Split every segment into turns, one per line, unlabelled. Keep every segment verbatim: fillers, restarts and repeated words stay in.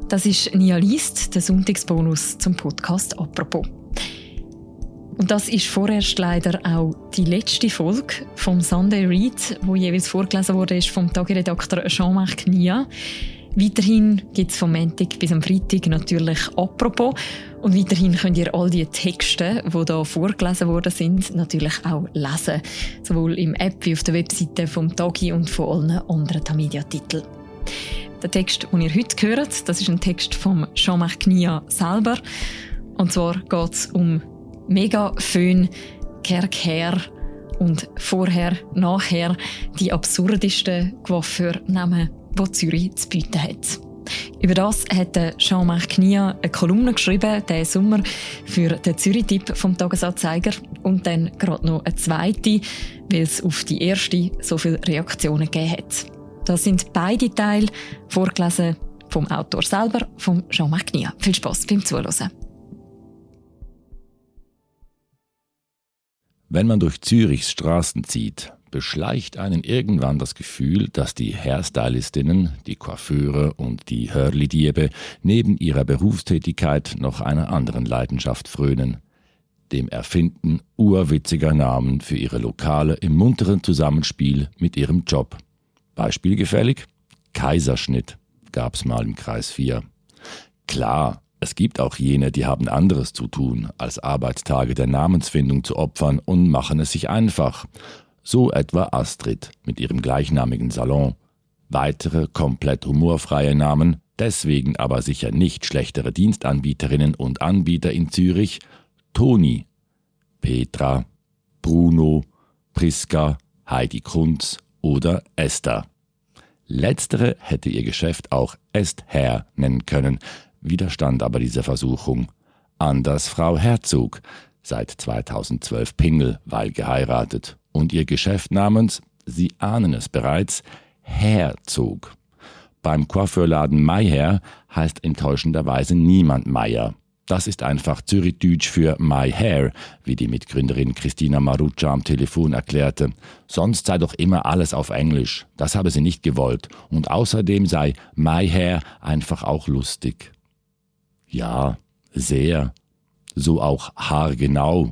Das ist «Nia liest», der Sonntagsbonus zum Podcast «Apropos». Und das ist vorerst leider auch die letzte Folge vom Sunday Read, wo jeweils vorgelesen wurde vom Tagiredakteur Jean-Marc Nia. Weiterhin gibt es vom Montag bis am Freitag natürlich «Apropos». Und weiterhin könnt ihr all die Texte, die hier vorgelesen worden sind, natürlich auch lesen. Sowohl im App wie auf der Webseite vom Tagi und von allen anderen Tamedia-Titeln. Der Text, den ihr heute hört, das ist ein Text von Jean-Marc Nia selber. Und zwar geht es um Mega Föhn, Kerkher und vorher, nachher die absurdesten Coiffeurnamen, die Zürich zu bieten hat. Über das hat Jean-Marc Nia eine Kolumne geschrieben, diesen Sommer, für den Zürich-Tipp vom Tagesanzeiger. Und dann gerade noch eine zweite, weil es auf die erste so viele Reaktionen gegeben hat. Das sind beide Teile, vorgelesen vom Autor selber, von Jean-Marc Nia. Viel Spass beim Zuhören.
Wenn man durch Zürichs Straßen zieht, beschleicht einen irgendwann das Gefühl, dass die Hairstylistinnen, die Coiffeure und die Hörli-Diebe neben ihrer Berufstätigkeit noch einer anderen Leidenschaft frönen: dem Erfinden urwitziger Namen für ihre Lokale im munteren Zusammenspiel mit ihrem Job. Beispielgefällig? Kaiserschnitt gab's mal im Kreis vier. Klar, es gibt auch jene, die haben anderes zu tun, als Arbeitstage der Namensfindung zu opfern und machen es sich einfach. So etwa Astrid mit ihrem gleichnamigen Salon. Weitere komplett humorfreie Namen, deswegen aber sicher nicht schlechtere Dienstanbieterinnen und Anbieter in Zürich: Toni, Petra, Bruno, Priska, Heidi Kunz oder Esther. Letztere hätte ihr Geschäft auch Esther nennen können, widerstand aber dieser Versuchung. Anders Frau Herzog, seit zweitausendzwölf Pingel, weil geheiratet, und ihr Geschäft namens, Sie ahnen es bereits, Herzog. Beim Coiffeurladen Mayher heißt enttäuschenderweise niemand Meyer. Das ist einfach Zürichdeutsch für My Hair, wie die Mitgründerin Christina Maruccia am Telefon erklärte. Sonst sei doch immer alles auf Englisch. Das habe sie nicht gewollt. Und außerdem sei My Hair einfach auch lustig. Ja, sehr. So auch haargenau,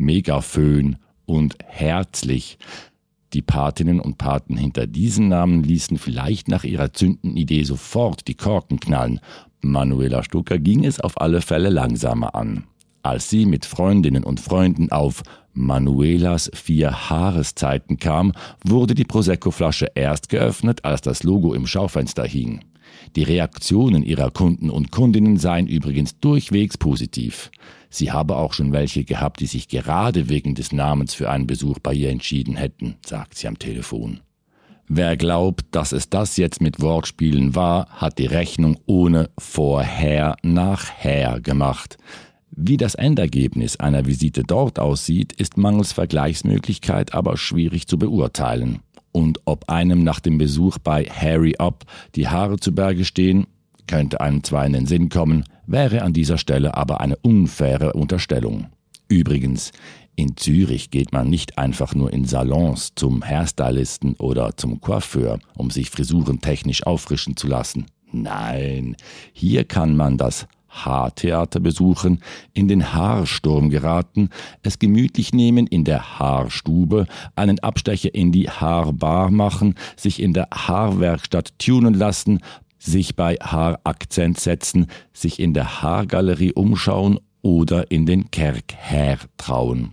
Megaföhn und herzlich. Die Patinnen und Paten hinter diesen Namen ließen vielleicht nach ihrer zündenden Idee sofort die Korken knallen. Manuela Stucker ging es auf alle Fälle langsamer an. Als sie mit Freundinnen und Freunden auf Manuelas vier Haareszeiten kam, wurde die Prosecco-Flasche erst geöffnet, als das Logo im Schaufenster hing. Die Reaktionen ihrer Kunden und Kundinnen seien übrigens durchwegs positiv. Sie habe auch schon welche gehabt, die sich gerade wegen des Namens für einen Besuch bei ihr entschieden hätten, sagt sie am Telefon. Wer glaubt, dass es das jetzt mit Wortspielen war, hat die Rechnung ohne vorher nachher gemacht. Wie das Endergebnis einer Visite dort aussieht, ist mangels Vergleichsmöglichkeit aber schwierig zu beurteilen. Und ob einem nach dem Besuch bei Harry Up die Haare zu Berge stehen, könnte einem zwar in den Sinn kommen, wäre an dieser Stelle aber eine unfaire Unterstellung. Übrigens, in Zürich geht man nicht einfach nur in Salons zum Hairstylisten oder zum Coiffeur, um sich frisurentechnisch auffrischen zu lassen. Nein, hier kann man das Haartheater besuchen, in den Haarsturm geraten, es gemütlich nehmen in der Haarstube, einen Abstecher in die Haarbar machen, sich in der Haarwerkstatt tunen lassen, sich bei Haarakzent setzen, sich in der Haargalerie umschauen oder in den Kerkher trauen.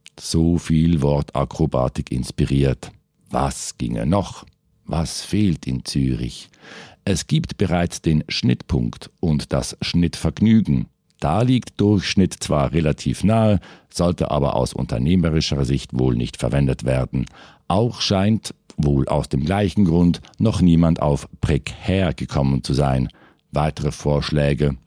So viel Wortakrobatik inspiriert. Was ginge noch? Was fehlt in Zürich? Es gibt bereits den Schnittpunkt und das Schnittvergnügen. Da liegt Durchschnitt zwar relativ nahe, sollte aber aus unternehmerischer Sicht wohl nicht verwendet werden. Auch scheint, wohl aus dem gleichen Grund, noch niemand auf prekär gekommen zu sein. Weitere Vorschläge: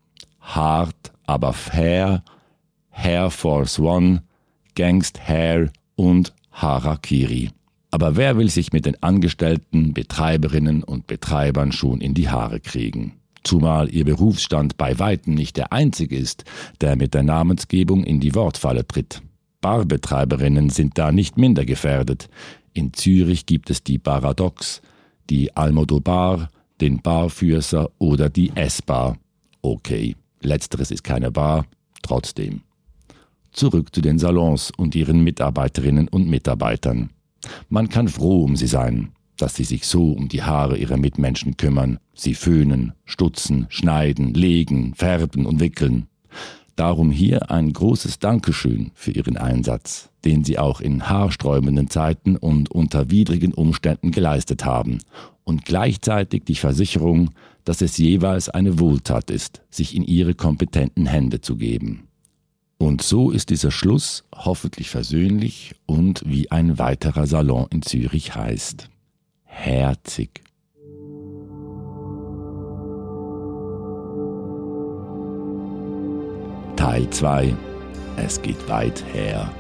hart, aber fair, Hair Force One, Gangst Hair und Harakiri. Aber wer will sich mit den Angestellten, Betreiberinnen und Betreibern schon in die Haare kriegen? Zumal ihr Berufsstand bei weitem nicht der einzige ist, der mit der Namensgebung in die Wortfalle tritt. Barbetreiberinnen sind da nicht minder gefährdet. In Zürich gibt es die Baradox, die Almodobar, den Barfürster oder die S-Bar. Okay, letzteres ist keine Bar, trotzdem. Zurück zu den Salons und ihren Mitarbeiterinnen und Mitarbeitern. Man kann froh um sie sein, dass sie sich so um die Haare ihrer Mitmenschen kümmern, sie föhnen, stutzen, schneiden, legen, färben und wickeln. Darum hier ein großes Dankeschön für ihren Einsatz, den sie auch in haarsträubenden Zeiten und unter widrigen Umständen geleistet haben, und gleichzeitig die Versicherung, dass es jeweils eine Wohltat ist, sich in ihre kompetenten Hände zu geben. Und so ist dieser Schluss hoffentlich versöhnlich und wie ein weiterer Salon in Zürich heißt: herzig. Teil zwei. Es geht weit her.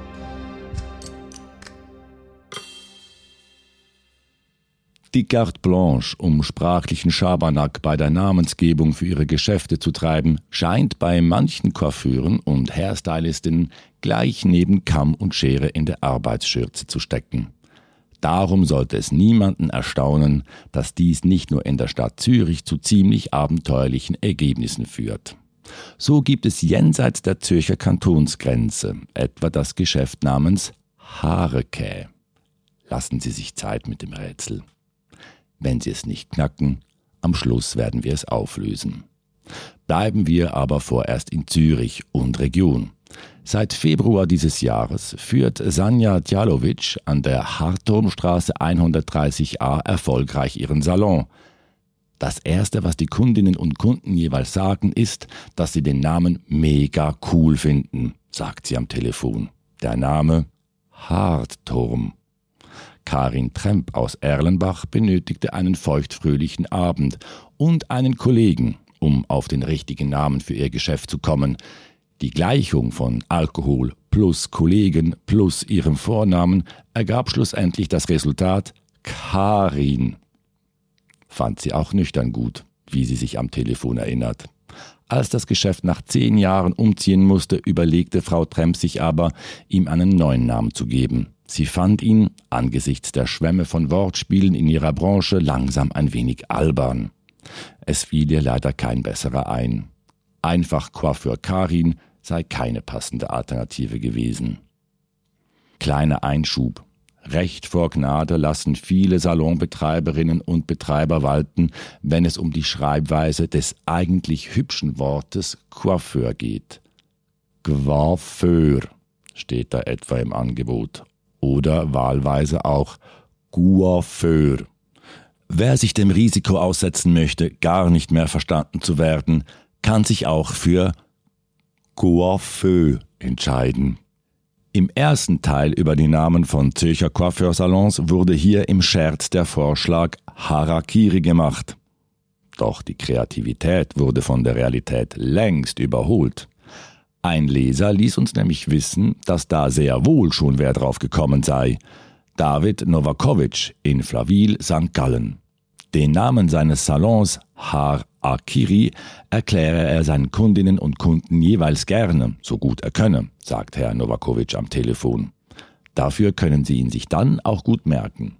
Die Carte Blanche, um sprachlichen Schabernack bei der Namensgebung für ihre Geschäfte zu treiben, scheint bei manchen Coiffeuren und Hairstylistinnen gleich neben Kamm und Schere in der Arbeitsschürze zu stecken. Darum sollte es niemanden erstaunen, dass dies nicht nur in der Stadt Zürich zu ziemlich abenteuerlichen Ergebnissen führt. So gibt es jenseits der Zürcher Kantonsgrenze etwa das Geschäft namens Haarekä. Lassen Sie sich Zeit mit dem Rätsel. Wenn Sie es nicht knacken, am Schluss werden wir es auflösen. Bleiben wir aber vorerst in Zürich und Region. Seit Februar dieses Jahres führt Sanja Djalovic an der Hartturmstraße hundertdreißig a erfolgreich ihren Salon. Das Erste, was die Kundinnen und Kunden jeweils sagen, ist, dass sie den Namen mega cool finden, sagt sie am Telefon. Der Name Hartturm. Karin Tremp aus Erlenbach benötigte einen feuchtfröhlichen Abend und einen Kollegen, um auf den richtigen Namen für ihr Geschäft zu kommen. Die Gleichung von Alkohol plus Kollegen plus ihrem Vornamen ergab schlussendlich das Resultat Karin. Fand sie auch nüchtern gut, wie sie sich am Telefon erinnert. Als das Geschäft nach zehn Jahren umziehen musste, überlegte Frau Tremp sich aber, ihm einen neuen Namen zu geben. Sie fand ihn, angesichts der Schwämme von Wortspielen in ihrer Branche, langsam ein wenig albern. Es fiel ihr leider kein besserer ein. Einfach Coiffeur Karin sei keine passende Alternative gewesen. Kleiner Einschub. Recht vor Gnade lassen viele Salonbetreiberinnen und Betreiber walten, wenn es um die Schreibweise des eigentlich hübschen Wortes Coiffeur geht. Coiffeur steht da etwa im Angebot. Oder wahlweise auch Coiffeur. Wer sich dem Risiko aussetzen möchte, gar nicht mehr verstanden zu werden, kann sich auch für Coiffeur entscheiden. Im ersten Teil über die Namen von Zürcher Coiffeursalons wurde hier im Scherz der Vorschlag Harakiri gemacht. Doch die Kreativität wurde von der Realität längst überholt. Ein Leser ließ uns nämlich wissen, dass da sehr wohl schon wer drauf gekommen sei. David Novakovic in Flawil, Sankt Gallen. Den Namen seines Salons Harakiri erkläre er seinen Kundinnen und Kunden jeweils gerne, so gut er könne, sagt Herr Novakovic am Telefon. Dafür können sie ihn sich dann auch gut merken.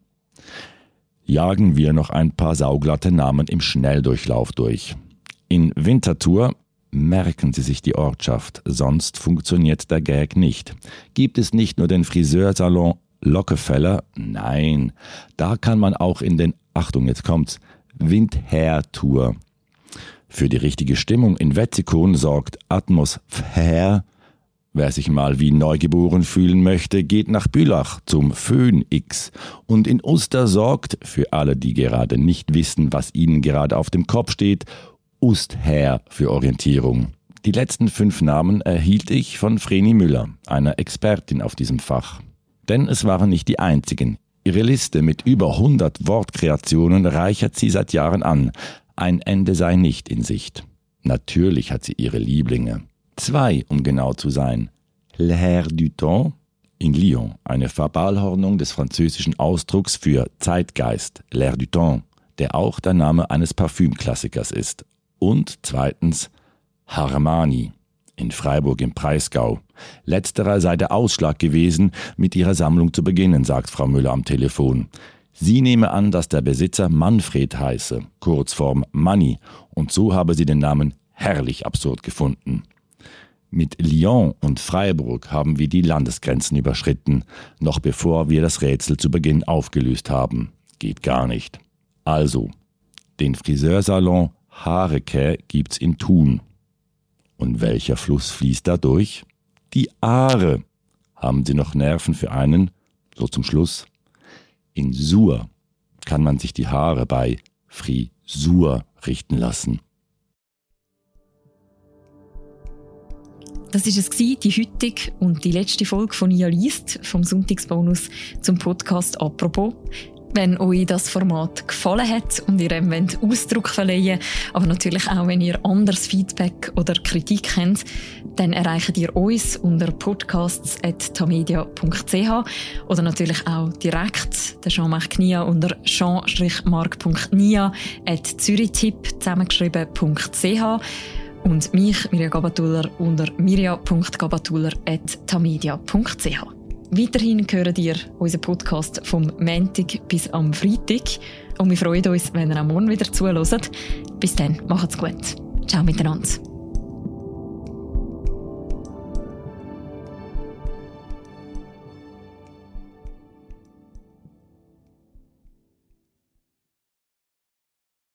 Jagen wir noch ein paar sauglatte Namen im Schnelldurchlauf durch. In Winterthur, merken Sie sich die Ortschaft, sonst funktioniert der Gag nicht. Gibt es nicht nur den Friseursalon Lockefeller? Nein, da kann man auch in den, Achtung, jetzt kommt's, Windhertour. Für die richtige Stimmung in Wetzikon sorgt Atmosphäre. Wer sich mal wie neugeboren fühlen möchte, geht nach Bülach zum Föhn X. Und in Uster sorgt, für alle, die gerade nicht wissen, was ihnen gerade auf dem Kopf steht, Usther für Orientierung. Die letzten fünf Namen erhielt ich von Vreni Müller, einer Expertin auf diesem Fach. Denn es waren nicht die einzigen. Ihre Liste mit über hundert Wortkreationen reichert sie seit Jahren an. Ein Ende sei nicht in Sicht. Natürlich hat sie ihre Lieblinge. Zwei, um genau zu sein. L'air du temps in Lyon, eine Verbalhornung des französischen Ausdrucks für Zeitgeist, L'air du temps, der auch der Name eines Parfümklassikers ist. Und zweitens Harmani in Freiburg im Breisgau. Letzterer sei der Ausschlag gewesen, mit ihrer Sammlung zu beginnen, sagt Frau Müller am Telefon. Sie nehme an, dass der Besitzer Manfred heiße, Kurzform Manni, und so habe sie den Namen herrlich absurd gefunden. Mit Lyon und Freiburg haben wir die Landesgrenzen überschritten, noch bevor wir das Rätsel zu Beginn aufgelöst haben. Geht gar nicht. Also, den Friseursalon Harekä gibt's in Thun. Und welcher Fluss fließt da durch? Die Aare. Haben Sie noch Nerven für einen? So zum Schluss. In Suhr kann man sich die Haare bei Frisur richten lassen.
Das war es, die heutige und die letzte Folge von «Nia liest» vom Sonntagsbonus zum Podcast «Apropos». Wenn euch das Format gefallen hat und ihr ihm Ausdruck verleihen wollt, aber natürlich auch, wenn ihr anderes Feedback oder Kritik habt, dann erreicht ihr uns unter podcasts at tamedia punkt c h oder natürlich auch direkt den Jean-Marc Nia unter jean marc punkt nia at zürichtipp zusammengeschrieben.ch und mich, Mirja Gabatuller, unter mirja punkt gabatuller at tamedia punkt c h. Weiterhin hören ihr unseren Podcast vom Montag bis am Freitag. Und wir freuen uns, wenn ihr am Morgen wieder zuhört. Bis dann, macht's gut. Ciao miteinander.